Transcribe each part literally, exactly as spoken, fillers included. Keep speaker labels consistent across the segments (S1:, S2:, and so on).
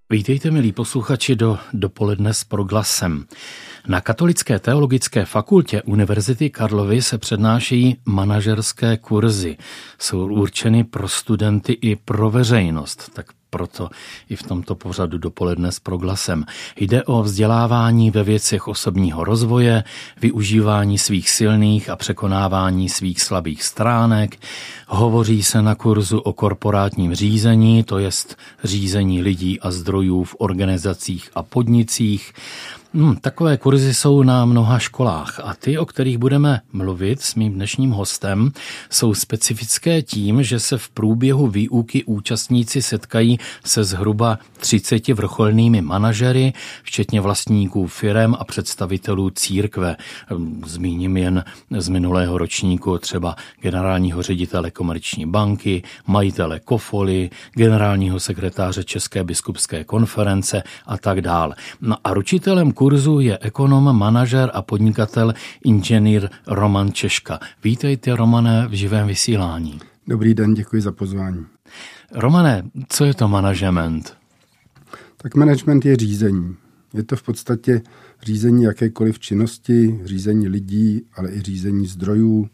S1: Vítejte, milí posluchači, do Dopoledne s Proglasem. Na Katolické teologické fakultě Univerzity Karlovy se přednášejí manažerské kurzy. Jsou určeny pro studenty i pro veřejnost, tak proto i v tomto pořadu Dopoledne s Proglasem. Jde o vzdělávání ve věcech osobního rozvoje, využívání svých silných a překonávání svých slabých stránek. Hovoří se na kurzu o korporátním řízení, to jest řízení lidí a zdrojů v organizacích a podnicích. Hmm, takové kurzy jsou na mnoha školách a ty, o kterých budeme mluvit s mým dnešním hostem, jsou specifické tím, že se v průběhu výuky účastníci setkají se zhruba třiceti vrcholnými manažery, včetně vlastníků firem a představitelů církve. Zmíním jen z minulého ročníku třeba generálního ředitele Komerční banky, majitele Kofoly, generálního sekretáře České biskupské konference a tak dál. No a ručitelem kurzu je ekonom, manažer a podnikatel inženýr Roman Češka. Vítejte, Romane, v živém vysílání.
S2: Dobrý den, děkuji za pozvání.
S1: Romane, co je to management?
S2: Tak management je řízení. Je to v podstatě řízení jakékoliv činnosti, řízení lidí, ale i řízení zdrojů,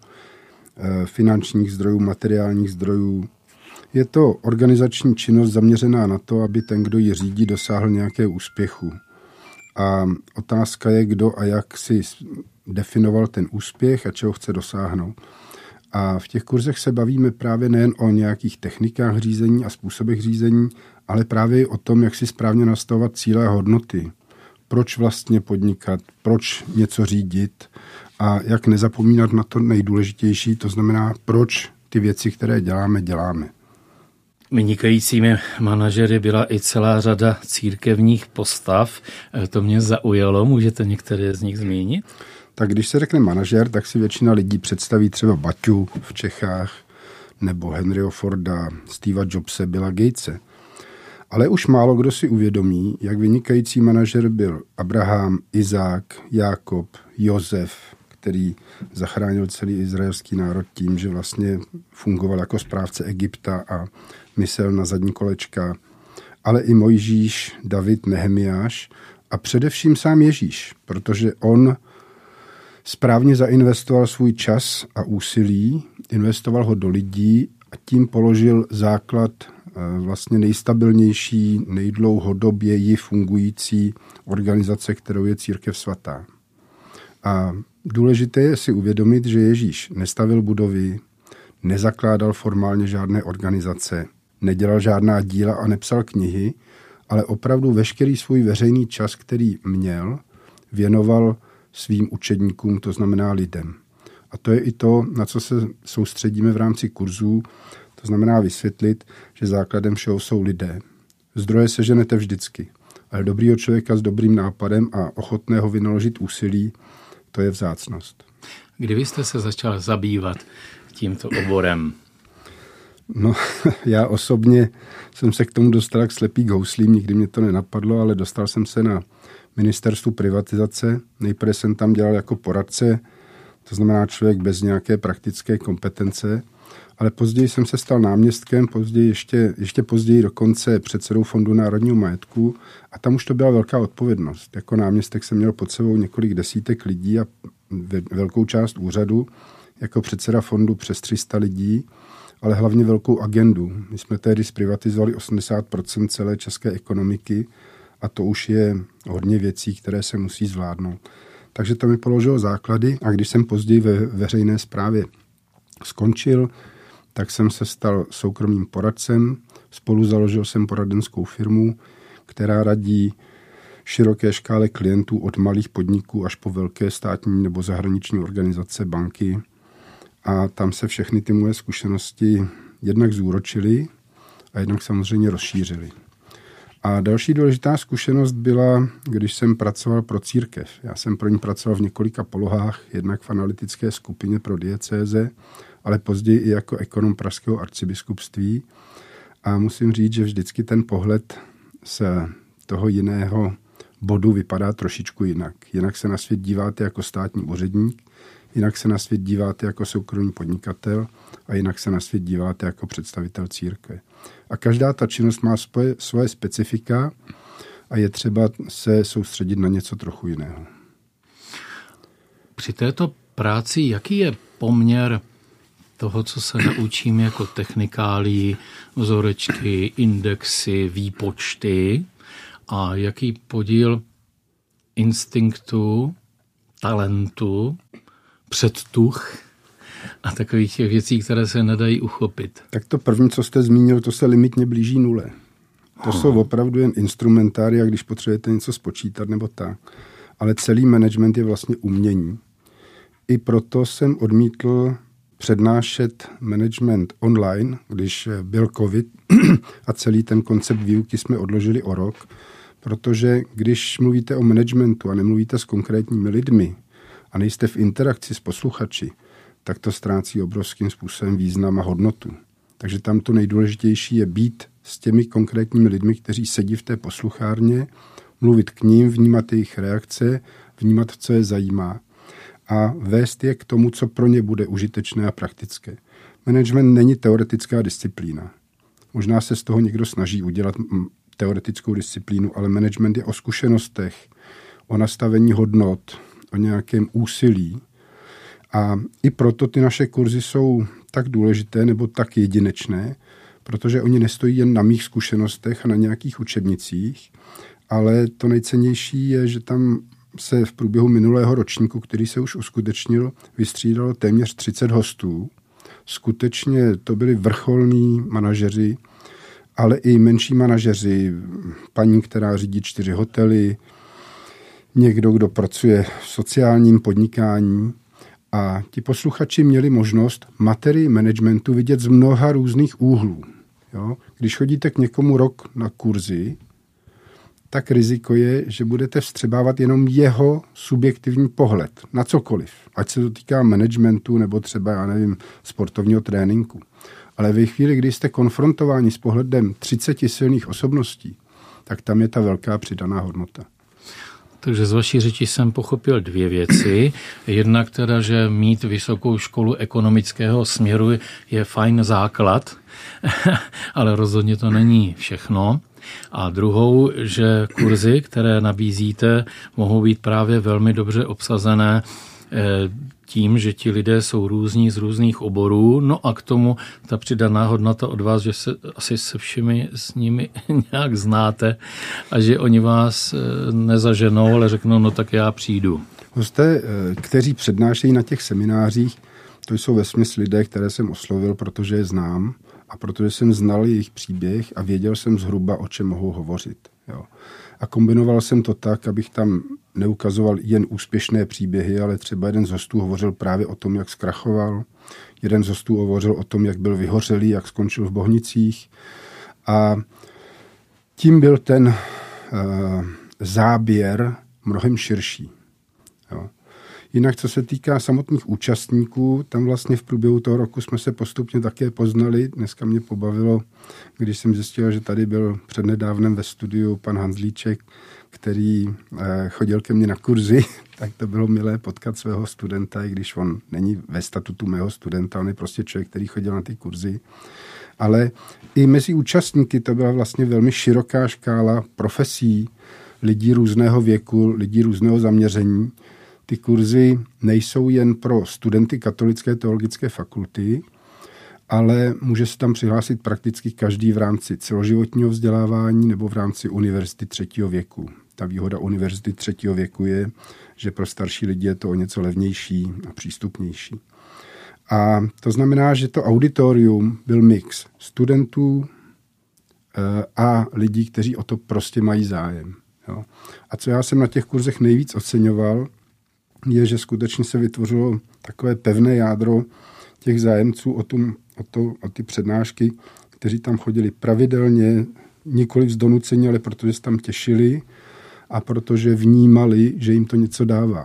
S2: finančních zdrojů, materiálních zdrojů. Je to organizační činnost zaměřená na to, aby ten, kdo ji řídí, dosáhl nějakého úspěchu. A otázka je, kdo a jak si definoval ten úspěch a čeho chce dosáhnout. A v těch kurzech se bavíme právě nejen o nějakých technikách řízení a způsobech řízení, ale právě o tom, jak si správně nastavovat cíle a hodnoty. Proč vlastně podnikat, proč něco řídit a jak nezapomínat na to nejdůležitější, to znamená, proč ty věci, které děláme, děláme.
S1: Vynikajícími manažery byla i celá řada církevních postav. To mě zaujalo. Můžete některé z nich zmínit?
S2: Tak když se řekne manažer, tak si většina lidí představí třeba Baťu v Čechách nebo Henryho Forda, Steva Jobse, Billa Gatese. Ale už málo kdo si uvědomí, jak vynikající manažer byl Abraham, Izák, Jákob, Josef, který zachránil celý izraelský národ tím, že vlastně fungoval jako správce Egypta a myslel na zadní kolečka, ale i Mojžíš, David, Nehemiáš a především sám Ježíš, protože on správně zainvestoval svůj čas a úsilí, investoval ho do lidí a tím položil základ vlastně nejstabilnější, nejdlouhodoběji fungující organizace, kterou je Církev svatá. A důležité je si uvědomit, že Ježíš nestavil budovy, nezakládal formálně žádné organizace, nedělal žádná díla a nepsal knihy, ale opravdu veškerý svůj veřejný čas, který měl, věnoval svým učedníkům, to znamená lidem. A to je i to, na co se soustředíme v rámci kurzů, to znamená vysvětlit, že základem všeho jsou lidé. Zdroje seženete vždycky, ale dobrýho člověka s dobrým nápadem a ochotného vynaložit úsilí, to je vzácnost.
S1: Kdy vy jste se začal zabývat tímto oborem?
S2: No, já osobně jsem se k tomu dostal jak slepý k houslím, nikdy mě to nenapadlo, ale dostal jsem se na ministerstvu privatizace. Nejprve jsem tam dělal jako poradce, to znamená člověk bez nějaké praktické kompetence, ale později jsem se stal náměstkem, později ještě, ještě později dokonce předsedou Fondu národního majetku a tam už to byla velká odpovědnost. Jako náměstek jsem měl pod sebou několik desítek lidí a velkou část úřadu, jako předseda fondu přes tři sta lidí, ale hlavně velkou agendu. My jsme tehdy zprivatizovali osmdesát procent celé české ekonomiky a to už je hodně věcí, které se musí zvládnout. Takže to mi položilo základy a když jsem později ve veřejné správě skončil, tak jsem se stal soukromým poradcem. Spolu založil jsem poradenskou firmu, která radí široké škále klientů od malých podniků až po velké státní nebo zahraniční organizace, banky. A tam se všechny ty moje zkušenosti jednak zúročily a jednak samozřejmě rozšířily. A další důležitá zkušenost byla, když jsem pracoval pro církev. Já jsem pro ní pracoval v několika polohách, jednak v analytické skupině pro diecéze, ale později i jako ekonom pražského arcibiskupství. A musím říct, že vždycky ten pohled z toho jiného bodu vypadá trošičku jinak. Jinak se na svět díváte jako státní úředník, jinak se na svět díváte jako soukromý podnikatel a jinak se na svět díváte jako představitel církve. A každá ta činnost má svoje, svoje specifika a je třeba se soustředit na něco trochu jiného.
S1: Při této práci jaký je poměr toho, co se naučím jako technikálii, vzorečky, indexy, výpočty a jaký podíl instinktu, talentu, předtuch a takových těch věcí, které se nedají uchopit?
S2: Tak to první, co jste zmínil, to se limitně blíží nule. To hmm. jsou opravdu jen instrumentária, když potřebujete něco spočítat nebo tak. Ale celý management je vlastně umění. I proto jsem odmítl přednášet management online, když byl covid a celý ten koncept výuky jsme odložili o rok, protože když mluvíte o managementu a nemluvíte s konkrétními lidmi a nejste v interakci s posluchači, tak to ztrácí obrovským způsobem význam a hodnotu. Takže tam to nejdůležitější je být s těmi konkrétními lidmi, kteří sedí v té posluchárně, mluvit k ním, vnímat jejich reakce, vnímat, co je zajímá a vést je k tomu, co pro ně bude užitečné a praktické. Management není teoretická disciplína. Možná se z toho někdo snaží udělat teoretickou disciplínu, ale management je o zkušenostech, o nastavení hodnot, o nějakém úsilí. A i proto ty naše kurzy jsou tak důležité nebo tak jedinečné, protože oni nestojí jen na mých zkušenostech a na nějakých učebnicích, ale to nejcennější je, že tam se v průběhu minulého ročníku, který se už uskutečnil, vystřídalo téměř třicet hostů. Skutečně to byli vrcholní manažeři, ale i menší manažeři, paní, která řídí čtyři hotely, někdo, kdo pracuje v sociálním podnikání. A ti posluchači měli možnost materii managementu vidět z mnoha různých úhlů. Jo? Když chodíte k někomu rok na kurzy, tak riziko je, že budete vstřebávat jenom jeho subjektivní pohled na cokoliv. Ať se to týká managementu nebo třeba, já nevím, sportovního tréninku. Ale ve chvíli, kdy jste konfrontováni s pohledem třiceti silných osobností, tak tam je ta velká přidaná hodnota.
S1: Takže z vaší řeči jsem pochopil dvě věci. Jedna, teda, že mít vysokou školu ekonomického směru je fajn základ, ale rozhodně to není všechno. A druhou, že kurzy, které nabízíte, mohou být právě velmi dobře obsazené tím, že ti lidé jsou různí z různých oborů, no a k tomu ta přidaná hodnota od vás, že se asi se všemi s nimi nějak znáte a že oni vás nezaženou, ale řeknou, no tak já přijdu.
S2: Hosté, kteří přednášejí na těch seminářích, to jsou vesměs lidé, které jsem oslovil, protože je znám a protože jsem znal jejich příběh a věděl jsem zhruba, o čem mohou hovořit. Jo. A kombinoval jsem to tak, abych tam neukazoval jen úspěšné příběhy, ale třeba jeden z hostů hovořil právě o tom, jak zkrachoval. Jeden z hostů hovořil o tom, jak byl vyhořelý, jak skončil v Bohnicích. A tím byl ten uh, záběr mnohem širší. Jo. Jinak, co se týká samotných účastníků, tam vlastně v průběhu toho roku jsme se postupně také poznali. Dneska mě pobavilo, když jsem zjistil, že tady byl přednedávnem ve studiu pan Hanzlíček, který eh, chodil ke mně na kurzy, tak to bylo milé potkat svého studenta, i když on není ve statutu mého studenta, on je prostě člověk, který chodil na ty kurzy. Ale i mezi účastníky to byla vlastně velmi široká škála profesí, lidí různého věku, lidí různého zaměření. Ty kurzy nejsou jen pro studenty Katolické teologické fakulty, ale může se tam přihlásit prakticky každý v rámci celoživotního vzdělávání nebo v rámci univerzity třetího věku. Ta výhoda univerzity třetího věku je, že pro starší lidi je to o něco levnější a přístupnější. A to znamená, že to auditorium byl mix studentů a lidí, kteří o to prostě mají zájem. Jo. A co já jsem na těch kurzech nejvíc oceňoval, je, že skutečně se vytvořilo takové pevné jádro těch zájemců o, tu, o, to, o ty přednášky, kteří tam chodili pravidelně, nikoliv z donucení, ale protože se tam těšili a protože vnímali, že jim to něco dává.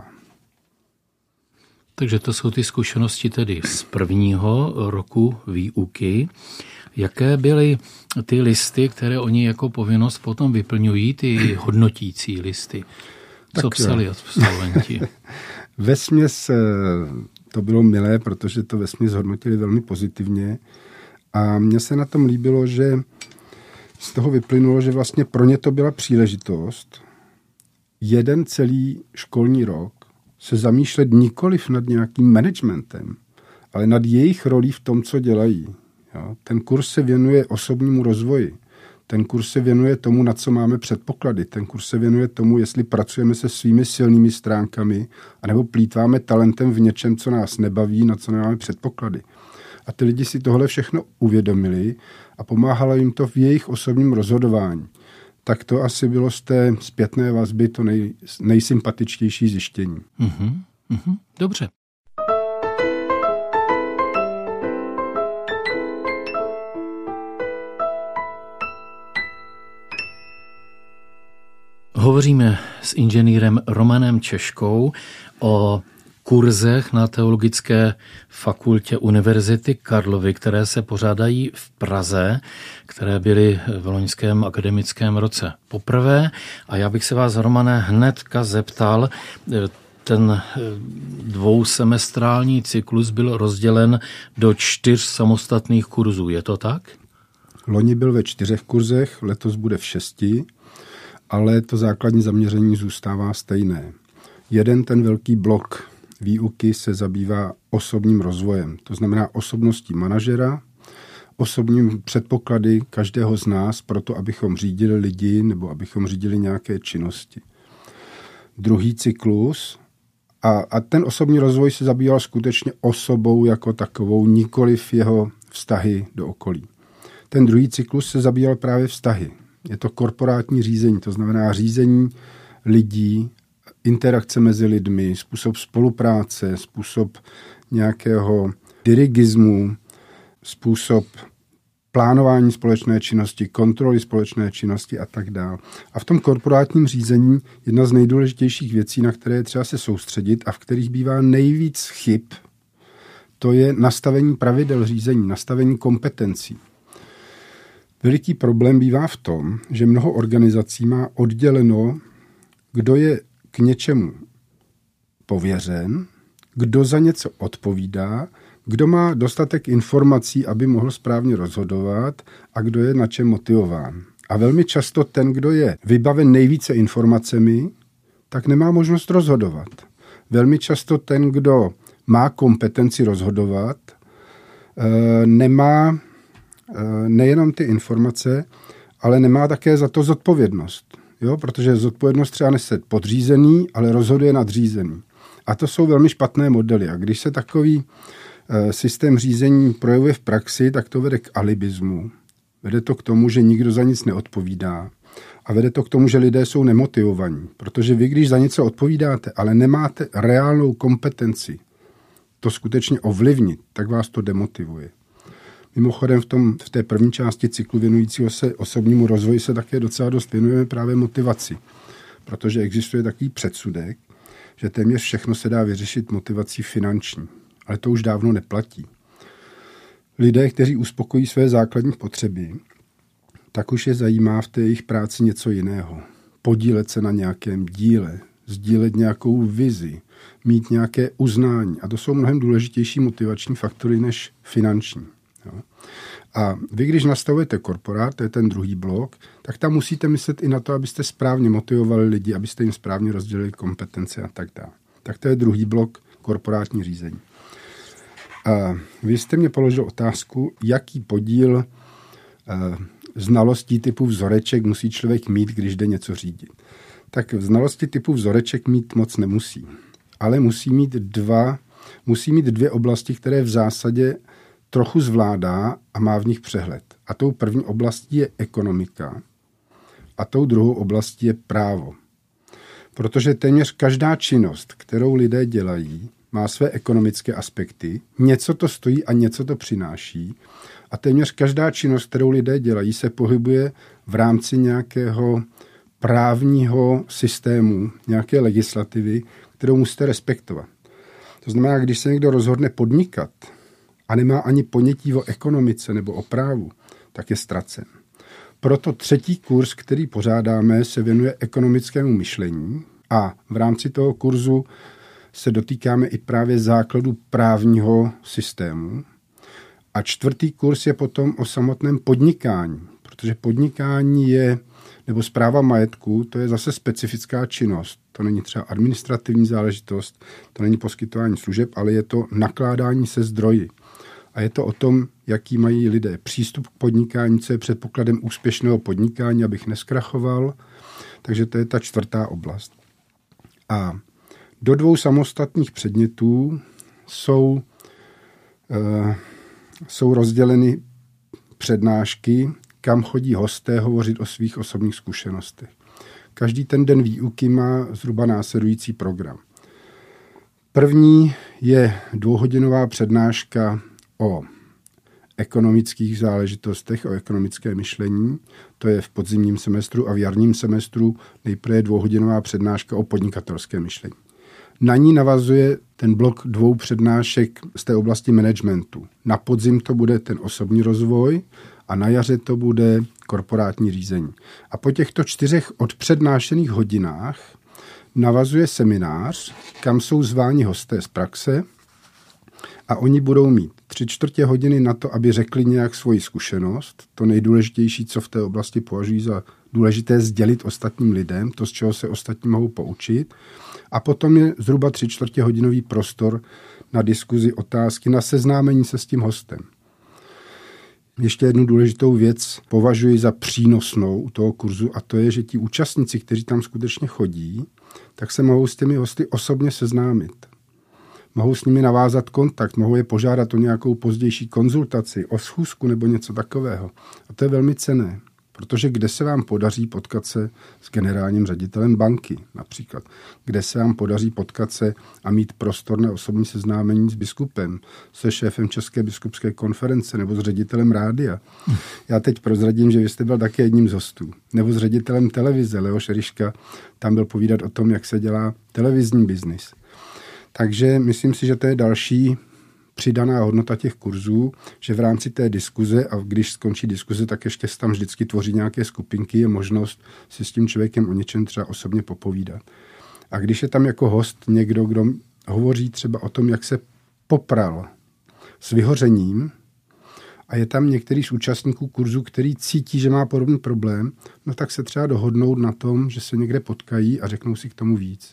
S1: Takže to jsou ty zkušenosti tedy z prvního roku výuky. Jaké byly ty listy, které oni jako povinnost potom vyplňují, ty hodnotící listy? Co psali absolventi?
S2: Vesměs to bylo milé, protože to vesměs hodnotili velmi pozitivně a mně se na tom líbilo, že z toho vyplynulo, že vlastně pro ně to byla příležitost jeden celý školní rok se zamýšlet nikoliv nad nějakým managementem, ale nad jejich rolí v tom, co dělají. Jo? Ten kurz se věnuje osobnímu rozvoji. Ten kurz se věnuje tomu, na co máme předpoklady. Ten kurz se věnuje tomu, jestli pracujeme se svými silnými stránkami, anebo plýtváme talentem v něčem, co nás nebaví, na co nemáme předpoklady. A ty lidi si tohle všechno uvědomili a pomáhalo jim to v jejich osobním rozhodování. Tak to asi bylo z té zpětné vazby to nej, nejsympatičtější zjištění.
S1: Mm-hmm, mm-hmm, dobře. Hovoříme s inženýrem Romanem Češkou o kurzech na Teologické fakultě Univerzity Karlovy, které se pořádají v Praze, které byly v loňském akademickém roce poprvé. A já bych se vás, Romane, hnedka zeptal, ten dvousemestrální cyklus byl rozdělen do čtyř samostatných kurzů. Je to tak?
S2: Loni byl ve čtyřech kurzech, letos bude v šesti, ale to základní zaměření zůstává stejné. Jeden ten velký blok výuky se zabývá osobním rozvojem, to znamená osobností manažera, osobním předpoklady každého z nás pro to, abychom řídili lidi nebo abychom řídili nějaké činnosti. Druhý cyklus a, a ten osobní rozvoj se zabýval skutečně osobou jako takovou, nikoliv jeho vztahy do okolí. Ten druhý cyklus se zabýval právě vztahy. Je to korporátní řízení, to znamená řízení lidí, interakce mezi lidmi, způsob spolupráce, způsob nějakého dirigismu, způsob plánování společné činnosti, kontroly společné činnosti a tak dále. A v tom korporátním řízení jedna z nejdůležitějších věcí, na které je třeba se soustředit a v kterých bývá nejvíc chyb, to je nastavení pravidel řízení, nastavení kompetencí. Veliký problém bývá v tom, že mnoho organizací má odděleno, kdo je k něčemu pověřen, kdo za něco odpovídá, kdo má dostatek informací, aby mohl správně rozhodovat a kdo je na čem motivován. A velmi často ten, kdo je vybaven nejvíce informacemi, tak nemá možnost rozhodovat. Velmi často ten, kdo má kompetenci rozhodovat, nemá nejenom ty informace, ale nemá také za to zodpovědnost. Jo? Protože zodpovědnost třeba nese podřízený, ale rozhoduje nadřízený. A to jsou velmi špatné modely. A když se takový e, systém řízení projevuje v praxi, tak to vede k alibismu. Vede to k tomu, že nikdo za nic neodpovídá. A vede to k tomu, že lidé jsou nemotivovaní. Protože vy, když za něco odpovídáte, ale nemáte reálnou kompetenci to skutečně ovlivnit, tak vás to demotivuje. Mimochodem v, tom, v té první části cyklu věnujícího se osobnímu rozvoji se také docela dost věnujeme právě motivaci. Protože existuje takový předsudek, že téměř všechno se dá vyřešit motivací finanční. Ale to už dávno neplatí. Lidé, kteří uspokojí své základní potřeby, tak už je zajímá v té jejich práci něco jiného. Podílet se na nějakém díle, sdílet nějakou vizi, mít nějaké uznání. A to jsou mnohem důležitější motivační faktory než finanční. Jo. A vy, když nastavujete korporát, to je ten druhý blok, tak tam musíte myslet i na to, abyste správně motivovali lidi, abyste jim správně rozdělili kompetence a tak dále. Tak to je druhý blok, korporátní řízení. A vy jste mě položil otázku, jaký podíl uh, znalostí typu vzoreček musí člověk mít, když jde něco řídit. Tak znalosti typu vzoreček mít moc nemusí, ale musí mít dva, musí mít dvě oblasti, které v zásadě trochu zvládá a má v nich přehled. A tou první oblastí je ekonomika a tou druhou oblastí je právo. Protože téměř každá činnost, kterou lidé dělají, má své ekonomické aspekty, něco to stojí a něco to přináší a téměř každá činnost, kterou lidé dělají, se pohybuje v rámci nějakého právního systému, nějaké legislativy, kterou musíte respektovat. To znamená, když se někdo rozhodne podnikat a nemá ani ponětí o ekonomice nebo o právu, tak je ztracen. Proto třetí kurz, který pořádáme, se věnuje ekonomickému myšlení a v rámci toho kurzu se dotýkáme i právě základu právního systému. A čtvrtý kurz je potom o samotném podnikání, protože podnikání je, nebo správa majetku, to je zase specifická činnost. To není třeba administrativní záležitost, to není poskytování služeb, ale je to nakládání se zdroji. A je to o tom, jaký mají lidé přístup k podnikání, co je předpokladem úspěšného podnikání, abych neskrachoval. Takže to je ta čtvrtá oblast. A do dvou samostatných předmětů jsou, e, jsou rozděleny přednášky, kam chodí hosté hovořit o svých osobních zkušenostech. Každý ten den výuky má zhruba následující program. První je dvouhodinová přednáška o ekonomických záležitostech, o ekonomické myšlení. To je v podzimním semestru a v jarním semestru nejprve dvouhodinová přednáška o podnikatelském myšlení. Na ní navazuje ten blok dvou přednášek z té oblasti managementu. Na podzim to bude ten osobní rozvoj a na jaře to bude korporátní řízení. A po těchto čtyřech odpřednášených hodinách navazuje seminář, kam jsou zváni hosté z praxe a oni budou mít tři čtvrtě hodiny na to, aby řekli nějak svoji zkušenost. To nejdůležitější, co v té oblasti považují za důležité, sdělit ostatním lidem, to, z čeho se ostatní mohou poučit. A potom je zhruba tři čtvrtě hodinový prostor na diskuzi, otázky, na seznámení se s tím hostem. Ještě jednu důležitou věc považuji za přínosnou u toho kurzu a to je, že ti účastníci, kteří tam skutečně chodí, tak se mohou s těmi hosty osobně seznámit. Mohou s nimi navázat kontakt, mohou je požádat o nějakou pozdější konzultaci, o schůzku nebo něco takového. A to je velmi cenné, protože kde se vám podaří potkat se s generálním ředitelem banky například, kde se vám podaří potkat se a mít prostor na osobní seznámení s biskupem, se šéfem České biskupské konference nebo s ředitelem rádia. Já teď prozradím, že vy jste byl také jedním z hostů. Nebo s ředitelem televize, Leo Šeriška, tam byl povídat o tom, jak se dělá televizní biznis. Takže myslím si, že to je další přidaná hodnota těch kurzů, že v rámci té diskuze a když skončí diskuze, tak ještě se tam vždycky tvoří nějaké skupinky, je možnost si s tím člověkem o něčem třeba osobně popovídat. A když je tam jako host někdo, kdo hovoří třeba o tom, jak se popral s vyhořením a je tam některý z účastníků kurzu, který cítí, že má podobný problém, no tak se třeba dohodnou na tom, že se někde potkají a řeknou si k tomu víc.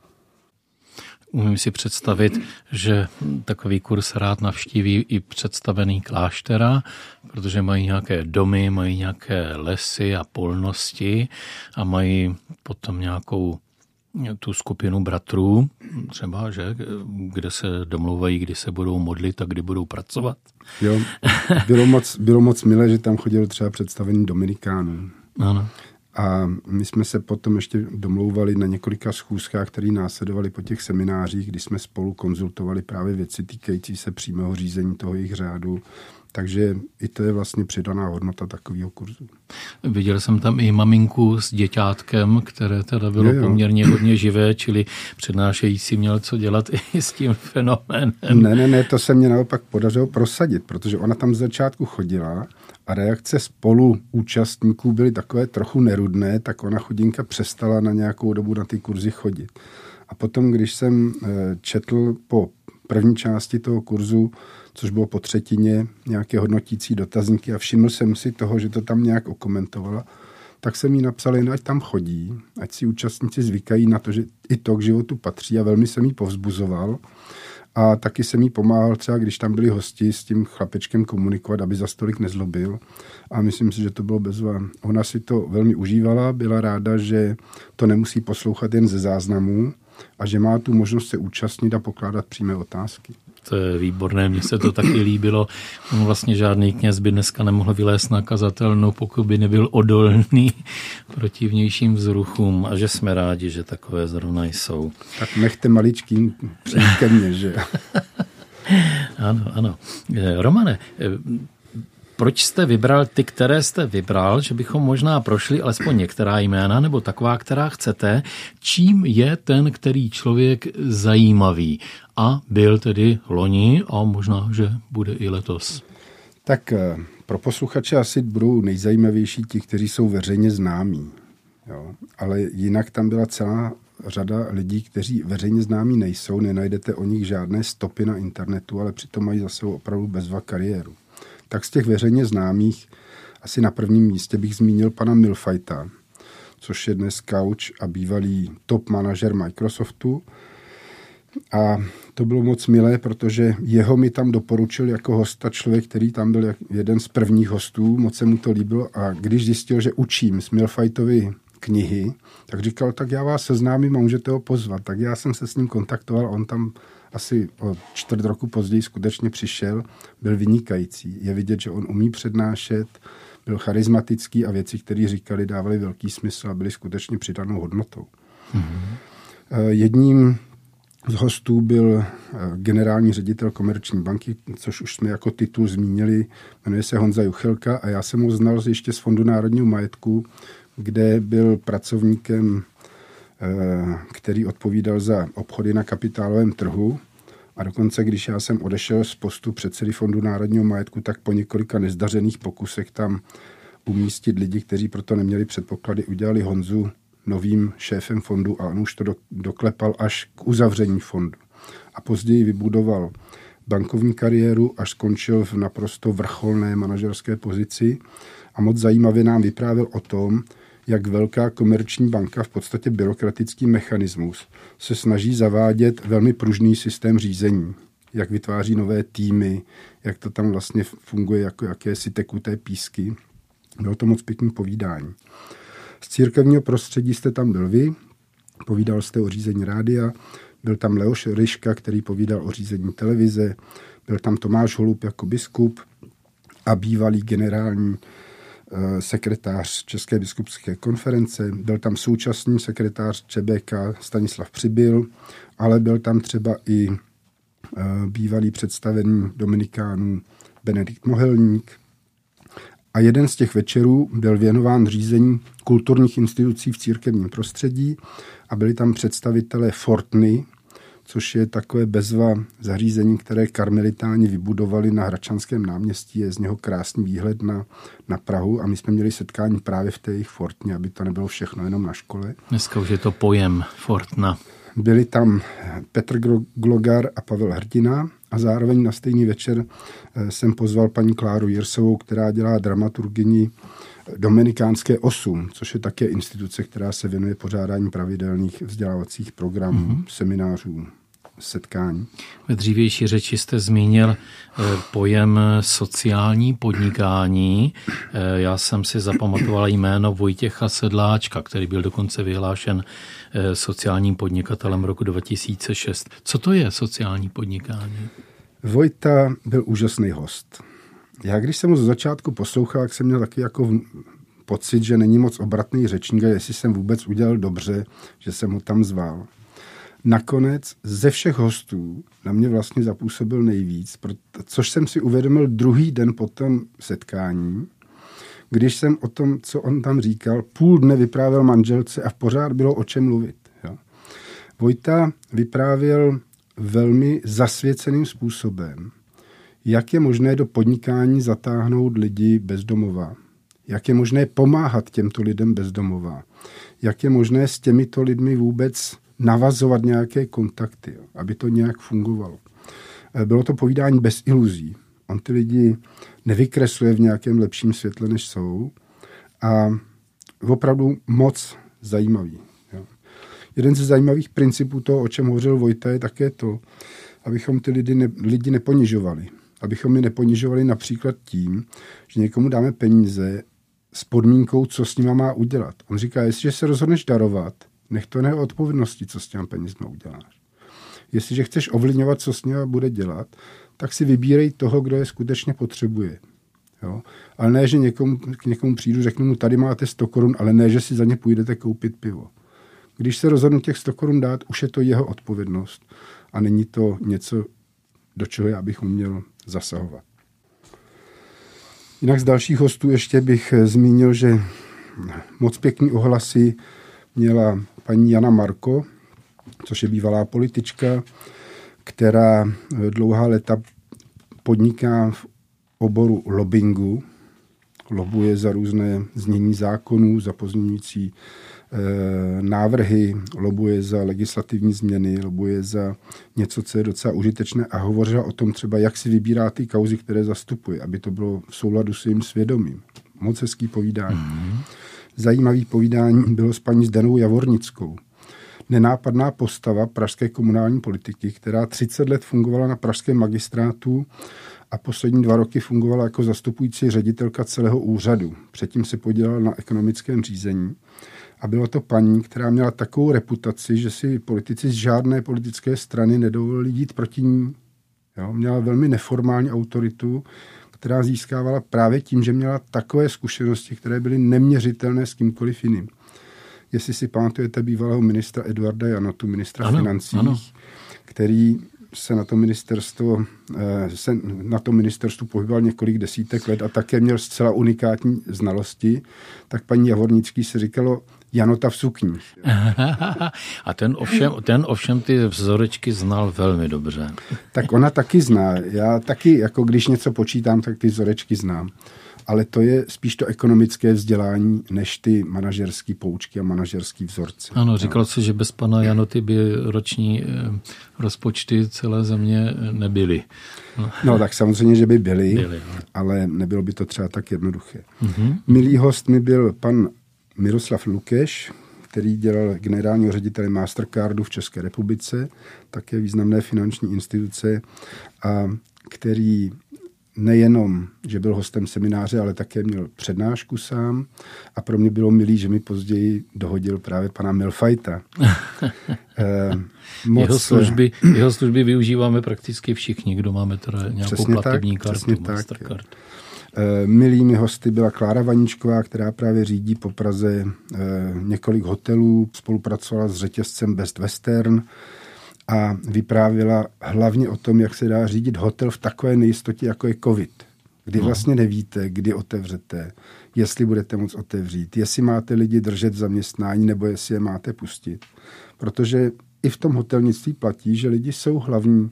S1: Umím si představit, že takový kurz rád navštíví i představený kláštera, protože mají nějaké domy, mají nějaké lesy a polnosti a mají potom nějakou tu skupinu bratrů, třeba, že, kde se domlouvají, kdy se budou modlit a kdy budou pracovat.
S2: Jo, bylo moc, bylo moc milé, že tam chodilo třeba představení Dominikánů.
S1: Ano.
S2: A my jsme se potom ještě domlouvali na několika schůzkách, které následovaly po těch seminářích, kdy jsme spolu konzultovali právě věci týkající se přímého řízení toho jejich řádu. Takže i to je vlastně přidaná hodnota takového kurzu.
S1: Viděl jsem tam i maminku s děťátkem, které teda bylo jo, jo. poměrně hodně živé, čili přednášející měl co dělat i s tím fenoménem.
S2: Ne, ne, ne, to se mě naopak podařilo prosadit, protože ona tam z začátku chodila a reakce spolu účastníků byly takové trochu nerudné, tak ona chudinka přestala na nějakou dobu na ty kurzy chodit. A potom, když jsem četl po první části toho kurzu, což bylo po třetině, nějaké hodnotící dotazníky a všiml jsem si toho, že to tam nějak okomentovala, tak jsem jí napsal, jen ať tam chodí, ať si účastníci zvykají na to, že i to k životu patří a velmi jsem jí povzbuzoval. A taky jsem jí pomáhal třeba, když tam byli hosti, s tím chlapečkem komunikovat, aby za stolik nezlobil. A myslím si, že to bylo bezva. Ona si to velmi užívala, byla ráda, že to nemusí poslouchat jen ze záznamů a že má tu možnost se účastnit a pokládat přímé otázky.
S1: To je výborné, mně se to taky líbilo. Vlastně žádný kněz by dneska nemohl vylézt na kazatelnu, pokud by nebyl odolný proti vnějším vzruchům a že jsme rádi, že takové zrovna jsou.
S2: Tak nechte maličkým přijít ke mně, že?
S1: Ano, ano. Romane, proč jste vybral ty, které jste vybral, že bychom možná prošli alespoň některá jména, nebo taková, která chcete, čím je ten, který člověk zajímavý a byl tedy loni a možná, že bude i letos?
S2: Tak pro posluchače asi budou nejzajímavější ti, kteří jsou veřejně známí. Jo? Ale jinak tam byla celá řada lidí, kteří veřejně známí nejsou, nenajdete o nich žádné stopy na internetu, ale přitom mají za sebou opravdu bezva kariéru. Tak z těch veřejně známých asi na prvním místě bych zmínil pana Milfajta, což je dnes Couch a bývalý top manažer Microsoftu. A to bylo moc milé, protože jeho mi tam doporučil jako hosta člověk, který tam byl jeden z prvních hostů, moc se mu to líbilo a když zjistil, že učím z Milfajtovy knihy, tak říkal, tak já vás seznámím a můžete ho pozvat. Tak já jsem se s ním kontaktoval, on tam asi o čtvrt roku později skutečně přišel, byl vynikající. Je vidět, že on umí přednášet, byl charismatický a věci, které říkali, dávaly velký smysl a byly skutečně přidanou hodnotou. Mm-hmm. Jedním z hostů byl generální ředitel Komerční banky, což už jsme jako titul zmínili, jmenuje se Honza Juchelka a já jsem ho znal ještě z Fondu národního majetku, kde byl pracovníkem, který odpovídal za obchody na kapitálovém trhu. A dokonce, když já jsem odešel z postu předsedy Fondu národního majetku, tak po několika nezdařených pokusech tam umístit lidi, kteří proto neměli předpoklady, udělali Honzu novým šéfem fondu a on už to doklepal až k uzavření fondu. A později vybudoval bankovní kariéru, až skončil v naprosto vrcholné manažerské pozici a moc zajímavě nám vyprávěl o tom, jak velká komerční banka, v podstatě byrokratický mechanismus, se snaží zavádět velmi pružný systém řízení, jak vytváří nové týmy, jak to tam vlastně funguje jako jakési tekuté písky. Bylo to moc pěkný povídání. Z církevního prostředí jste tam byl vy, povídal jste o řízení rádia, byl tam Leoš Ryška, který povídal o řízení televize, byl tam Tomáš Holub jako biskup a bývalý generální sekretář České biskupské konference, byl tam současný sekretář ČBK Stanislav Přibyl, ale byl tam třeba i bývalý představený dominikánů Benedikt Mohelník. A jeden z těch večerů byl věnován řízení kulturních institucí v církevním prostředí a byli tam představitelé Fortny, což je takové bezva zařízení, které karmelitáni vybudovali na Hradčanském náměstí. Je z něho krásný výhled na, na Prahu a my jsme měli setkání právě v té jejich Fortně, aby to nebylo všechno jenom na škole.
S1: Dneska už je to pojem Fortna.
S2: Byli tam Petr Glogar a Pavel Hrdina a zároveň na stejný večer jsem pozval paní Kláru Jirsovou, která dělá dramaturgyni Dominikánské osm, což je také instituce, která se věnuje pořádání pravidelných vzdělávacích programů, mm-hmm. seminářů, setkání.
S1: Ve dřívější řeči jste zmínil pojem sociální podnikání. Já jsem si zapamatoval jméno Vojtěcha Sedláčka, který byl dokonce vyhlášen sociálním podnikatelem roku dva tisíce šest. Co to je sociální podnikání?
S2: Vojta byl úžasný host. Já když jsem ho z začátku poslouchal, tak jsem měl taky jako pocit, že není moc obratný řečník a jestli jsem vůbec udělal dobře, že jsem ho tam zval. Nakonec ze všech hostů na mě vlastně zapůsobil nejvíc, což jsem si uvědomil druhý den po tom setkání, když jsem o tom, co on tam říkal, půl dne vyprávěl manželce a pořád bylo o čem mluvit. Jo. Vojta vyprávěl velmi zasvěceným způsobem, jak je možné do podnikání zatáhnout lidi bezdomova, jak je možné pomáhat těmto lidem bezdomova, jak je možné s těmito lidmi vůbec navazovat nějaké kontakty, jo, aby to nějak fungovalo. Bylo to povídání bez iluzí. On ty lidi nevykresluje v nějakém lepším světle, než jsou a opravdu moc zajímavý. Jo. Jeden ze zajímavých principů toho, o čem hovořil Vojta, je také to, abychom ty lidi, ne, lidi neponižovali. Abychom je neponižovali například tím, že někomu dáme peníze s podmínkou, co s nima má udělat. On říká, jestliže se rozhodneš darovat, nech to ne o odpovědnosti, co s těma penězma uděláš. Jestliže chceš ovlivňovat, co s nima bude dělat, tak si vybírej toho, kdo je skutečně potřebuje. Jo? Ale ne, že někomu, k někomu přijdu, řeknu mu, tady máte sto korun, ale ne, že si za ně půjdete koupit pivo. Když se rozhodnu těch sto korun dát, už je to jeho odpovědnost a není to něco, do čeho já bych uměl zasahovat. Jinak z dalších hostů ještě bych zmínil, že moc pěkný ohlasy měla paní Jana Marko, což je bývalá politička, která dlouhá léta podniká v oboru lobbingu, lobuje za různé znění zákonů, za pozměňující e, návrhy, lobuje za legislativní změny, lobuje za něco, co je docela užitečné a hovořila o tom třeba, jak si vybírá ty kauzy, které zastupuje, aby to bylo v souladu s jejím svědomím. Moc hezký povídání. Mm-hmm. Zajímavý povídání bylo s paní Zdenou Javornickou. Nenápadná postava pražské komunální politiky, která třicet let fungovala na pražském magistrátu a poslední dva roky fungovala jako zastupující ředitelka celého úřadu. Předtím se podílela na ekonomickém řízení. A byla to paní, která měla takovou reputaci, že si politici z žádné politické strany nedovolili jít proti ní. Jo? Měla velmi neformální autoritu, která získávala právě tím, že měla takové zkušenosti, které byly neměřitelné s kýmkoliv jiným. Jestli si pamatujete bývalého ministra Eduarda Janotu, ministra ano, financí, ano. který se na to ministerstvo se na to ministerstvu pohyboval několik desítek let a také měl zcela unikátní znalosti, tak paní Javornický se říkalo Janota v sukni.
S1: A ten ovšem, ten ovšem ty vzorečky znal velmi dobře.
S2: Tak ona taky zná. Já taky, jako když něco počítám, tak ty vzorečky znám. Ale to je spíš to ekonomické vzdělání, než ty manažerské poučky a manažerský vzorce.
S1: Ano, říkalo se, že bez pana Janoty by roční rozpočty celé země nebyly.
S2: No, no tak samozřejmě, že by byly, byly ale nebylo by to třeba tak jednoduché. Mm-hmm. Milý host mi byl pan Miroslav Lukeš, který dělal generálního ředitele Mastercardu v České republice, také významné finanční instituce, a který nejenom, že byl hostem semináře, ale také měl přednášku sám a pro mě bylo milý, že mi později dohodil právě pana Milfajta. eh,
S1: moc, jeho, služby, jeho služby využíváme prakticky všichni, kdo máme teda nějakou platební
S2: tak,
S1: kartu, Mastercard.
S2: Tak. Eh, milými hosty byla Klára Vaníčková, která právě řídí po Praze eh, několik hotelů, spolupracovala s řetězcem Best Western a vyprávěla hlavně o tom, jak se dá řídit hotel v takové nejistotě, jako je covid. Kdy vlastně nevíte, kdy otevřete, jestli budete moct otevřít, jestli máte lidi držet v zaměstnání, nebo jestli je máte pustit. Protože i v tom hotelnictví platí, že lidi jsou hlavní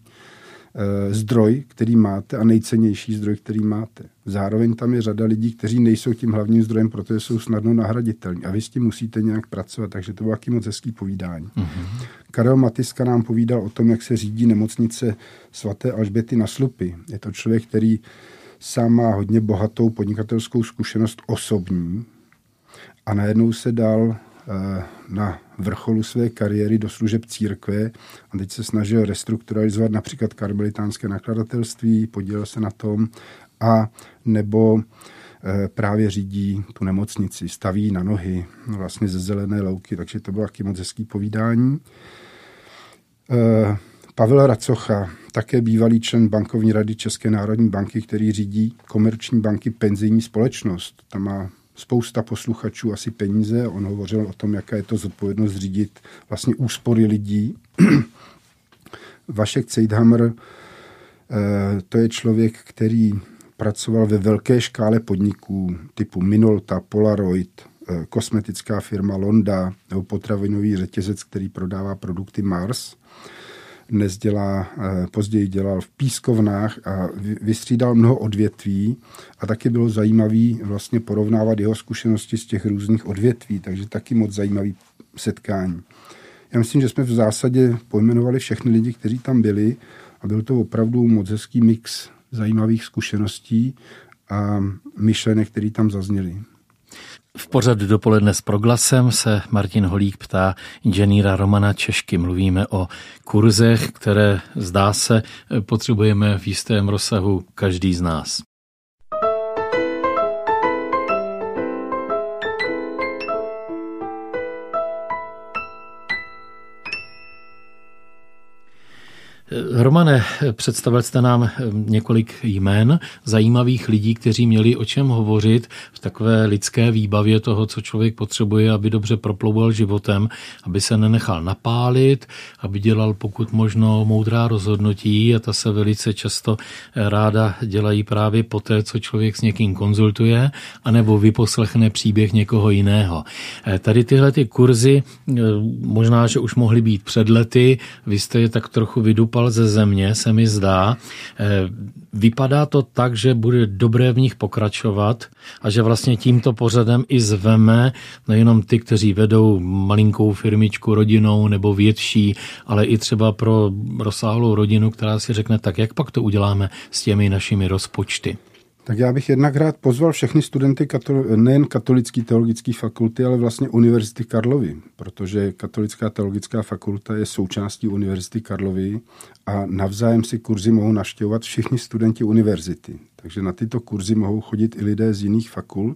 S2: e, zdroj, který máte a nejcennější zdroj, který máte. Zároveň tam je řada lidí, kteří nejsou tím hlavním zdrojem, protože jsou snadno nahraditelní. A vy s tím musíte nějak pracovat, takže to bylo taky moc hezký povídání. Mm-hmm. Karel Matiska nám povídal o tom, jak se řídí nemocnice svaté Alžběty na Slupy. Je to člověk, který sám má hodně bohatou podnikatelskou zkušenost osobní a najednou se dal eh, na vrcholu své kariéry do služeb církve a teď se snažil restrukturalizovat například karmelitánské nakladatelství, podílel se na tom a nebo eh, právě řídí tu nemocnici, staví na nohy vlastně ze zelené louky, takže to bylo taky moc hezký povídání. Eh, Pavel Racocha, také bývalý člen bankovní rady České národní banky, který řídí Komerční banky penzijní společnost. Tam má spousta posluchačů asi peníze. On hovořil o tom, jaká je to zodpovědnost řídit vlastně úspory lidí. Vašek Cejdhammer, to je člověk, který pracoval ve velké škále podniků typu Minolta, Polaroid, kosmetická firma Londa nebo potravinový řetězec, který prodává produkty Mars. Dnes dělá, později dělal v pískovnách a vystřídal mnoho odvětví a taky bylo zajímavý vlastně porovnávat jeho zkušenosti z těch různých odvětví, takže taky moc zajímavý setkání. Já myslím, že jsme v zásadě pojmenovali všechny lidi, kteří tam byli a byl to opravdu moc hezký mix zajímavých zkušeností a myšlenek, které tam zazněly.
S1: V pořadu Dopoledne s Proglasem se Martin Holík ptá inženýra Romana Češky. Mluvíme o kurzech, které, zdá se, potřebujeme v jistém rozsahu každý z nás. Romane, představil jste nám několik jmén zajímavých lidí, kteří měli o čem hovořit v takové lidské výbavě toho, co člověk potřebuje, aby dobře proplouval životem, aby se nenechal napálit, aby dělal pokud možno moudrá rozhodnutí a ta se velice často ráda dělají právě poté, co člověk s někým konzultuje, anebo vyposlechne příběh někoho jiného. Tady tyhle ty kurzy možná, že už mohly být před lety, vy jste je tak trochu vydupal ze země, se mi zdá. Vypadá to tak, že bude dobré v nich pokračovat a že vlastně tímto pořadem i zveme nejenom ty, kteří vedou malinkou firmičku rodinou nebo větší, ale i třeba pro rozsáhlou rodinu, která si řekne, tak jak pak to uděláme s těmi našimi rozpočty.
S2: Tak já bych jednak rád pozval všechny studenty katol- nejen katolické teologické fakulty, ale vlastně Univerzity Karlovy, protože Katolická teologická fakulta je součástí Univerzity Karlovy a navzájem si kurzy mohou navštěvovat všichni studenti univerzity. Takže na tyto kurzy mohou chodit i lidé z jiných fakult.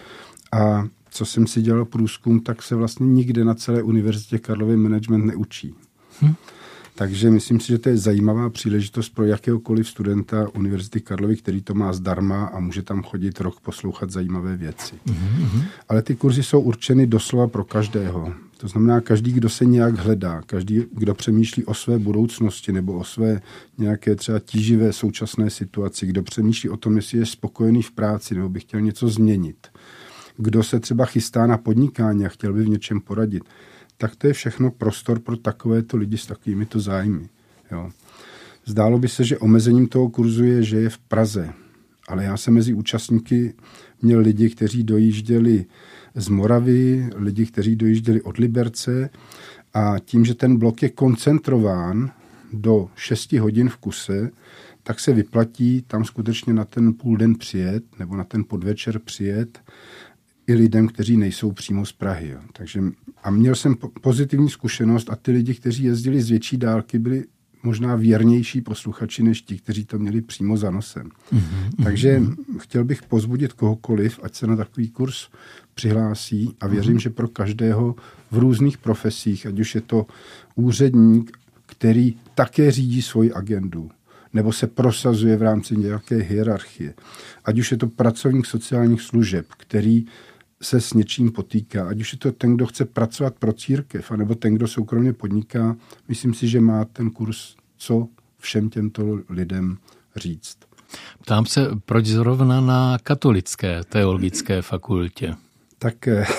S2: A co jsem si dělal průzkum, tak se vlastně nikde na celé Univerzitě Karlovy management neučí. Hm. Takže myslím si, že to je zajímavá příležitost pro jakéhokoliv studenta Univerzity Karlovy, který to má zdarma a může tam chodit rok poslouchat zajímavé věci. Mm-hmm. Ale ty kurzy jsou určeny doslova pro každého. To znamená, každý, kdo se nějak hledá, každý, kdo přemýšlí o své budoucnosti nebo o své nějaké třeba tíživé současné situaci, kdo přemýšlí o tom, jestli je spokojený v práci nebo by chtěl něco změnit, kdo se třeba chystá na podnikání a chtěl by v něčem poradit, tak to je všechno prostor pro takovéto lidi s takovýmito zájmy. Jo. Zdálo by se, že omezením toho kurzu je, že je v Praze. Ale já jsem mezi účastníky měl lidi, kteří dojížděli z Moravy, lidi, kteří dojížděli od Liberce a tím, že ten blok je koncentrován do šesti hodin v kuse, tak se vyplatí tam skutečně na ten půl den přijet nebo na ten podvečer přijet i lidem, kteří nejsou přímo z Prahy. Jo. Takže, a měl jsem pozitivní zkušenost a ty lidi, kteří jezdili z větší dálky, byli možná věrnější posluchači než ti, kteří to měli přímo za nosem. Mm-hmm. Takže chtěl bych pozbudit kohokoliv, ať se na takový kurz přihlásí a věřím, mm-hmm. že pro každého v různých profesích, ať už je to úředník, který také řídí svoji agendu, nebo se prosazuje v rámci nějaké hierarchie, ať už je to pracovník sociálních služeb, který se s něčím potýká, ať už je to ten, kdo chce pracovat pro církev, anebo ten, kdo soukromně podniká, myslím si, že má ten kurz co všem těmto lidem říct.
S1: Ptám se, proč zrovna na katolické teologické fakultě?
S2: Tak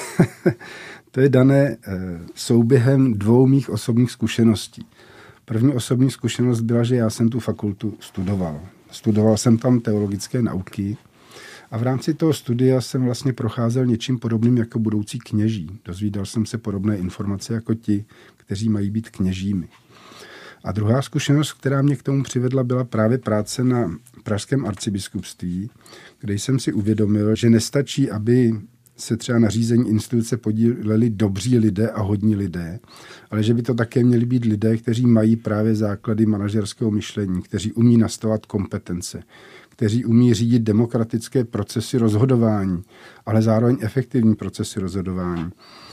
S2: to je dané souběhem dvou mých osobních zkušeností. První osobní zkušenost byla, že já jsem tu fakultu studoval. Studoval jsem tam teologické nauky a v rámci toho studia jsem vlastně procházel něčím podobným jako budoucí kněží. Dozvídal jsem se podobné informace jako ti, kteří mají být kněžími. A druhá zkušenost, která mě k tomu přivedla, byla právě práce na pražském arcibiskupství, kde jsem si uvědomil, že nestačí, aby se třeba na řízení instituce podíleli dobří lidé a hodní lidé, ale že by to také měli být lidé, kteří mají právě základy manažerského myšlení, kteří umí nastavovat kompetence, kteří umí řídit demokratické procesy rozhodování, ale zároveň efektivní procesy rozhodování.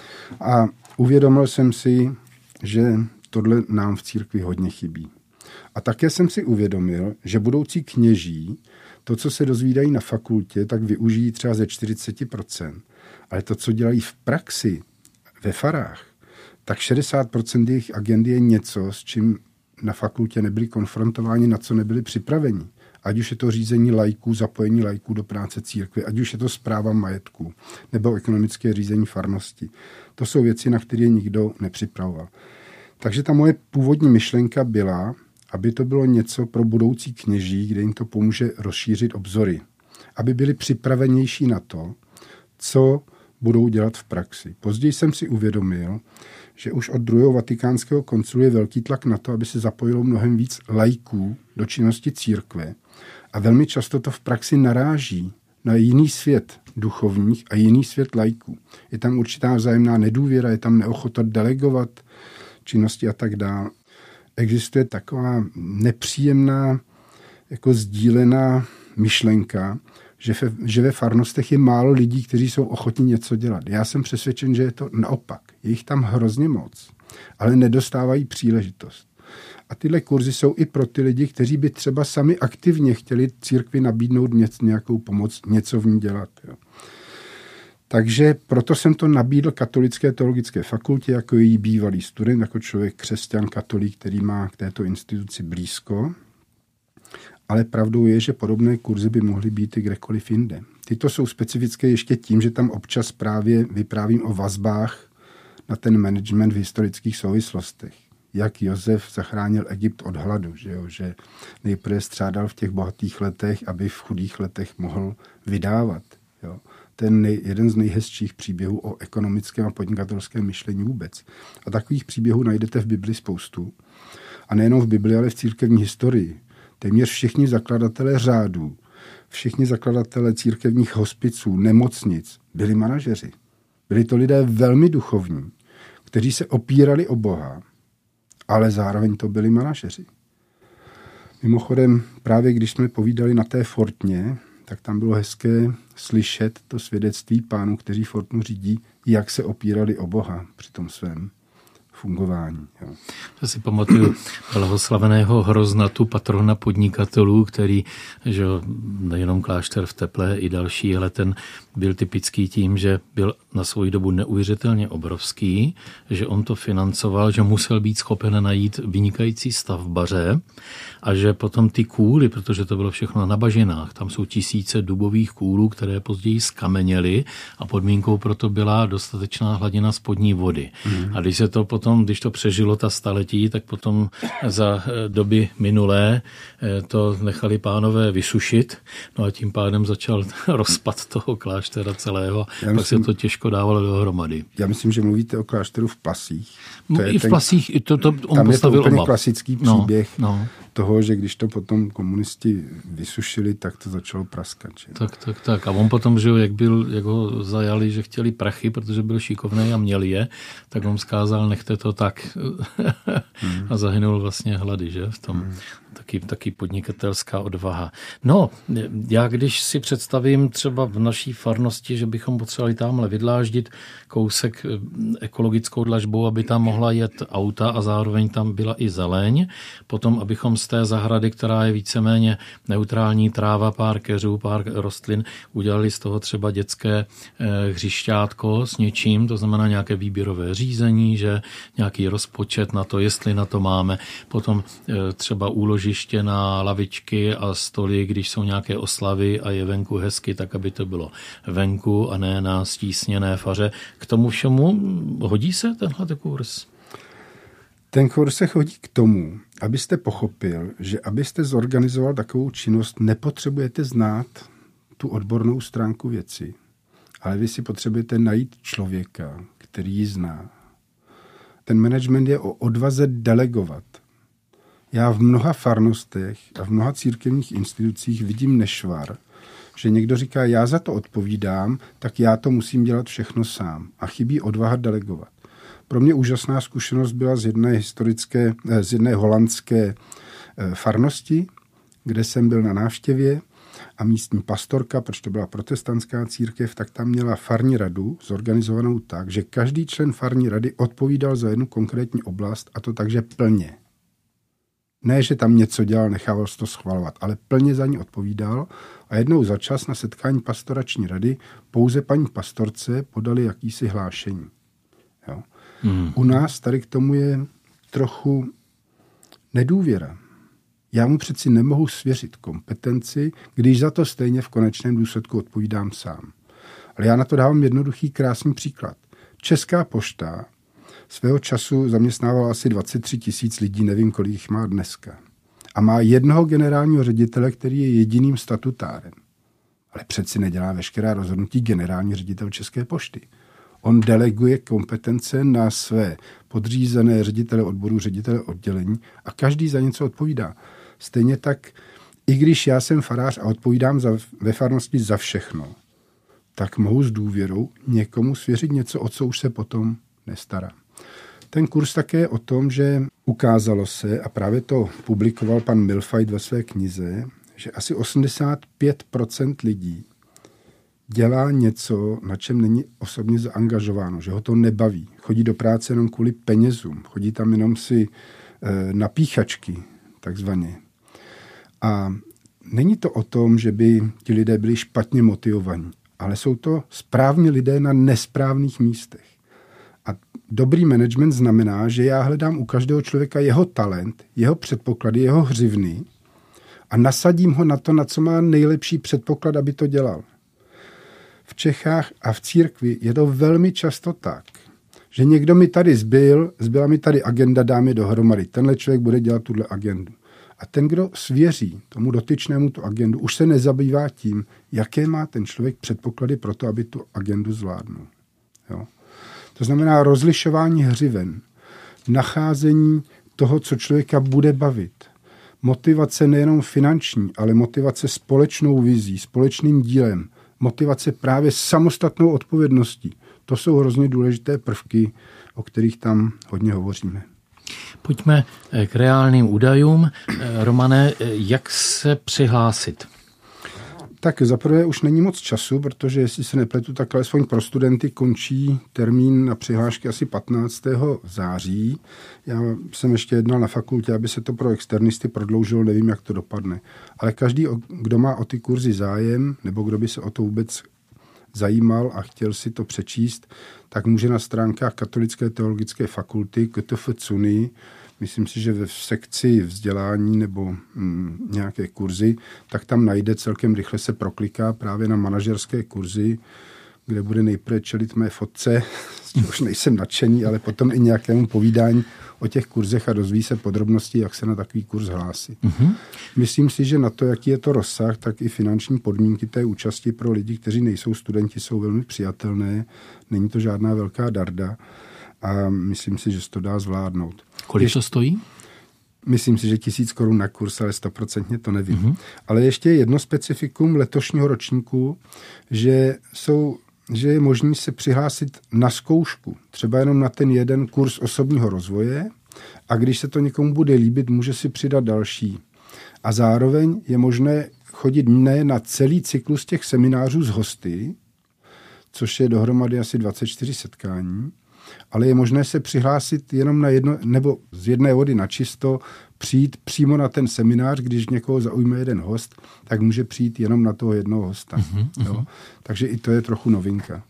S2: A uvědomil jsem si, že tohle nám v církvi hodně chybí. A také jsem si uvědomil, že budoucí kněží to, co se dozvídají na fakultě, tak využijí třeba ze čtyřicet procent. Ale to, co dělají v praxi, ve farách, tak šedesát procent jejich agendy je něco, s čím na fakultě nebyli konfrontováni, na co nebyli připraveni. Ať už je to řízení laiků, zapojení laiků do práce církve, ať už je to správa majetku, nebo ekonomické řízení farnosti. To jsou věci, na které nikdo nepřipravoval. Takže ta moje původní myšlenka byla, aby to bylo něco pro budoucí kněží, kde jim to pomůže rozšířit obzory. Aby byli připravenější na to, co budou dělat v praxi. Později jsem si uvědomil, že už od druhého vatikánského koncilu je velký tlak na to, aby se zapojilo mnohem víc laiků do činnosti církve. A velmi často to v praxi naráží na jiný svět duchovních a jiný svět laiků. Je tam určitá vzájemná nedůvěra, je tam neochota delegovat činnosti a tak dále. Existuje taková nepříjemná, jako sdílená myšlenka, že ve, že ve farnostech je málo lidí, kteří jsou ochotní něco dělat. Já jsem přesvědčen, že je to naopak. Je jich tam hrozně moc, ale nedostávají příležitost. A tyhle kurzy jsou i pro ty lidi, kteří by třeba sami aktivně chtěli církvi nabídnout něco, nějakou pomoc, něco v ní dělat. Jo. Takže proto jsem to nabídl Katolické teologické fakultě jako její bývalý student, jako člověk křesťan, katolík, který má k této instituci blízko. Ale pravdou je, že podobné kurzy by mohly být i kdekoliv jinde. Tyto jsou specifické ještě tím, že tam občas právě vyprávím o vazbách na ten management v historických souvislostech. Jak Josef zachránil Egypt od hladu, že, jo? Že nejprve střádal v těch bohatých letech, aby v chudých letech mohl vydávat. Jo? Ten nej, jeden z nejhezčích příběhů o ekonomickém a podnikatelském myšlení vůbec. A takových příběhů najdete v Bibli spoustu. A nejenom v Bibli, ale v církevní historii. Téměř všichni zakladatelé řádů všichni zakladatelé církevních hospiců, nemocnic, byli manažeři. Byli to lidé velmi duchovní, kteří se opírali o Boha, ale zároveň to byli manažeři. Mimochodem, právě když jsme povídali na té Fortně, tak tam bylo hezké slyšet to svědectví pánů, kteří Fortnu řídí, jak se opírali o Boha při tom svém fungování. Jo.
S1: To si pamatuju blahoslaveného Hroznatu, patrona podnikatelů, který, že nejenom klášter v Teple, i další, ale ten byl typický tím, že byl na svou dobu neuvěřitelně obrovský, že on to financoval, že musel být schopen najít vynikající stavbaře a že potom ty kůly, protože to bylo všechno na bažinách, tam jsou tisíce dubových kůlů, které později skameněly a podmínkou pro to byla dostatečná hladina spodní vody. Mm. A když se to potom, když to přežilo ta staletí, tak potom za doby minulé to nechali pánové vysušit, no a tím pádem začal rozpad toho kláštera celého, já pak myslím, se to těžko dávalo dohromady.
S2: Já myslím, že mluvíte o klášteru v Plasích.
S1: To I v ten, Plasích, to, to on
S2: tam
S1: postavil
S2: je to úplně
S1: oba.
S2: klasický příběh
S1: no, no.
S2: toho, že když to potom komunisti vysušili, tak to začalo praskat. Že?
S1: Tak, tak, tak. A on potom, že jak, byl, jak ho zajali, že chtěli prachy, protože byl šikovný a měli je, tak on vzkázal, nechte to tak. hmm. A zahynul vlastně hlady, že? V tom hmm. taky, taky podnikatelská odvaha. No, já když si představím třeba v naší farnosti, že bychom potřebovali tamhle vydláždit kousek ekologickou dlažbou, aby tam mohla jet auta a zároveň tam byla i zeleň. Potom, abychom z té zahrady, která je víceméně neutrální tráva, pár keřů, pár rostlin, udělali z toho třeba dětské hřišťátko s něčím, to znamená nějaké výběrové řízení, že nějaký rozpočet na to, jestli na to máme. Potom třeba úložiště na lavičky a stoly, když jsou nějaké oslavy a je venku hezky, tak aby to bylo venku a ne na stísněné faře. K tomu všemu hodí se tenhle kurz?
S2: Ten kurz se chodí k tomu, abyste pochopil, že abyste zorganizoval takovou činnost, nepotřebujete znát tu odbornou stránku věci, ale vy si potřebujete najít člověka, který ji zná. Ten management je o odvaze delegovat. Já v mnoha farnostech a v mnoha církevních institucích vidím nešvar, že někdo říká, já za to odpovídám, tak já to musím dělat všechno sám. A chybí odvaha delegovat. Pro mě úžasná zkušenost byla z jedné historické, z jedné holandské farnosti, kde jsem byl na návštěvě a místní pastorka, protože to byla protestantská církev, tak tam měla farní radu zorganizovanou tak, že každý člen farní rady odpovídal za jednu konkrétní oblast a to takže plně. Ne, že tam něco dělal, nechával se to schvalovat, ale plně za ní odpovídal a jednou za čas na setkání pastorační rady pouze paní pastorce podali jakýsi hlášení. Jo. Hmm. U nás tady k tomu je trochu nedůvěra. Já mu přeci nemohu svěřit kompetenci, když za to stejně v konečném důsledku odpovídám sám. Ale já na to dávám jednoduchý, krásný příklad. Česká pošta svého času zaměstnávala asi dvacet tři tisíc lidí, nevím, kolik jich má dneska. A má jednoho generálního ředitele, který je jediným statutárem. Ale přeci nedělá veškerá rozhodnutí generální ředitel České pošty. On deleguje kompetence na své podřízené ředitele odboru, ředitele oddělení a každý za něco odpovídá. Stejně tak, i když já jsem farář a odpovídám za, ve farnosti za všechno, tak mohu s důvěrou někomu svěřit něco, o co už se potom nestará. Ten kurz také je o tom, že ukázalo se, a právě to publikoval pan Milfajt ve své knize, že asi osmdesát pět procent lidí dělá něco, na čem není osobně zaangažováno, že ho to nebaví. Chodí do práce jenom kvůli penězům, chodí tam jenom si e, na píchačky, takzvaně. A není to o tom, že by ti lidé byli špatně motivovaní, ale jsou to správní lidé na nesprávných místech. A dobrý management znamená, že já hledám u každého člověka jeho talent, jeho předpoklady, jeho hřivny a nasadím ho na to, na co má nejlepší předpoklad, aby to dělal. V Čechách a v církvi je to velmi často tak, že někdo mi tady zbyl, zbyla mi tady agenda, dáme dohromady. Tenhle člověk bude dělat tuhle agendu. A ten, kdo svěří tomu dotyčnému tu agendu, už se nezabývá tím, jaké má ten člověk předpoklady pro to, aby tu agendu zvládnul. Jo? To znamená rozlišování hřiven, nacházení toho, co člověka bude bavit. motivace nejenom finanční, ale motivace společnou vizí, společným dílem, motivace právě samostatnou odpovědností. To jsou hrozně důležité prvky, o kterých tam hodně hovoříme.
S1: Pojďme k reálným údajům. Romane, jak se přihlásit?
S2: Tak zaprvé už není moc času, protože jestli se nepletu, tak alespoň pro studenty končí termín na přihlášky asi patnáctého září. Já jsem ještě jednal na fakultě, aby se to pro externisty prodloužilo, nevím, jak to dopadne. Ale každý, kdo má o ty kurzy zájem, nebo kdo by se o to vůbec zajímal a chtěl si to přečíst, tak může na stránkách Katolické teologické fakulty K T F C U N I, myslím si, že ve sekci vzdělání nebo mm, nějaké kurzy, tak tam najde, celkem rychle se prokliká právě na manažerské kurzy, kde bude nejprve čelit mé fotce, s tím už nejsem nadšený, ale potom i nějakému povídání o těch kurzech a dozví se podrobnosti, jak se na takový kurz hlásit. Mm-hmm. Myslím si, že na to, jaký je to rozsah, tak i finanční podmínky té účasti pro lidi, kteří nejsou studenti, jsou velmi přijatelné. Není to žádná velká darda a myslím si, že se to dá zvládnout.
S1: Kolik Ještě, to stojí?
S2: Myslím si, že tisíc korun na kurz, ale stoprocentně to nevím. Mm-hmm. Ale ještě jedno specifikum letošního ročníku, že jsou že je možné se přihlásit na zkoušku, třeba jenom na ten jeden kurz osobního rozvoje a když se to někomu bude líbit, může si přidat další. A zároveň je možné chodit ne na celý cyklus těch seminářů s hosty, což je dohromady asi dvacet čtyři setkání, ale je možné se přihlásit jenom na jedno, nebo z jedné vody na čisto, přijít přímo na ten seminář, když někoho zaujme jeden host, tak může přijít jenom na toho jednoho hosta. Uh-huh, uh-huh. Jo? Takže i to je trochu novinka.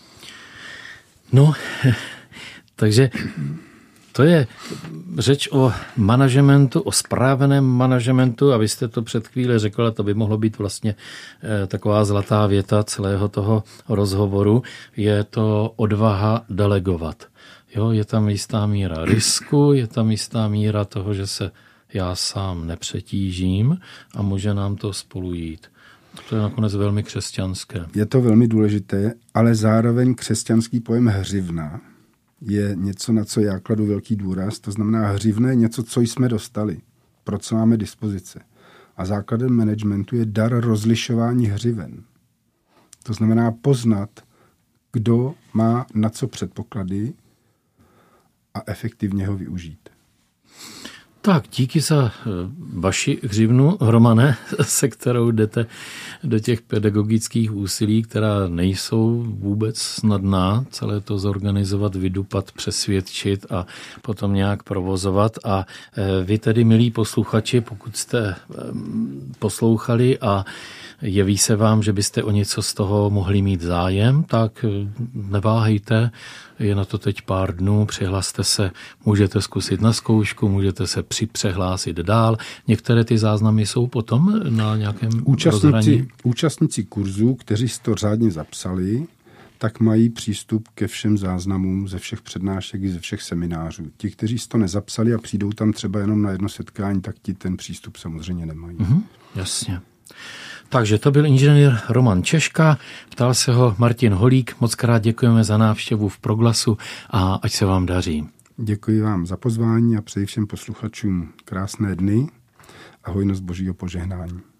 S1: No, takže to je řeč o managementu, o správném managementu a vy jste to před chvíli řekl, a to by mohlo být vlastně taková zlatá věta celého toho rozhovoru, je to odvaha delegovat. Jo, je tam jistá míra risku, je tam jistá míra toho, že se já sám nepřetížím a může nám to spolu jít. To je nakonec velmi křesťanské.
S2: Je to velmi důležité, ale zároveň křesťanský pojem hřivna je něco, na co já kladu velký důraz. To znamená, hřivna je něco, co jsme dostali, pro co máme dispozice. A základem managementu je dar rozlišování hřiven. To znamená poznat, kdo má na co předpoklady a efektivně ho využít.
S1: Tak, díky za vaši hřivnu, Romane, se kterou jdete do těch pedagogických úsilí, která nejsou vůbec snadná, celé to zorganizovat, vydupat, přesvědčit a potom nějak provozovat. A vy tedy, milí posluchači, pokud jste poslouchali a jeví se vám, že byste o něco z toho mohli mít zájem, tak neváhejte, je na to teď pár dnů, přihlaste se, můžete zkusit na zkoušku, můžete se přihlásit dál. Některé ty záznamy jsou potom na nějakém
S2: účastníci,
S1: rozhraní?
S2: Účastníci kurzů, kteří si to řádně zapsali, tak mají přístup ke všem záznamům ze všech přednášek i ze všech seminářů. Ti, kteří si to nezapsali a přijdou tam třeba jenom na jedno setkání, tak ti ten přístup samozřejmě nemají.
S1: Mm-hmm, jasně. Takže to byl inženýr Roman Češka, ptal se ho Martin Holík. Moc krát děkujeme za návštěvu v Proglasu a ať se vám daří.
S2: Děkuji vám za pozvání a přeji všem posluchačům krásné dny a hojnost Božího požehnání.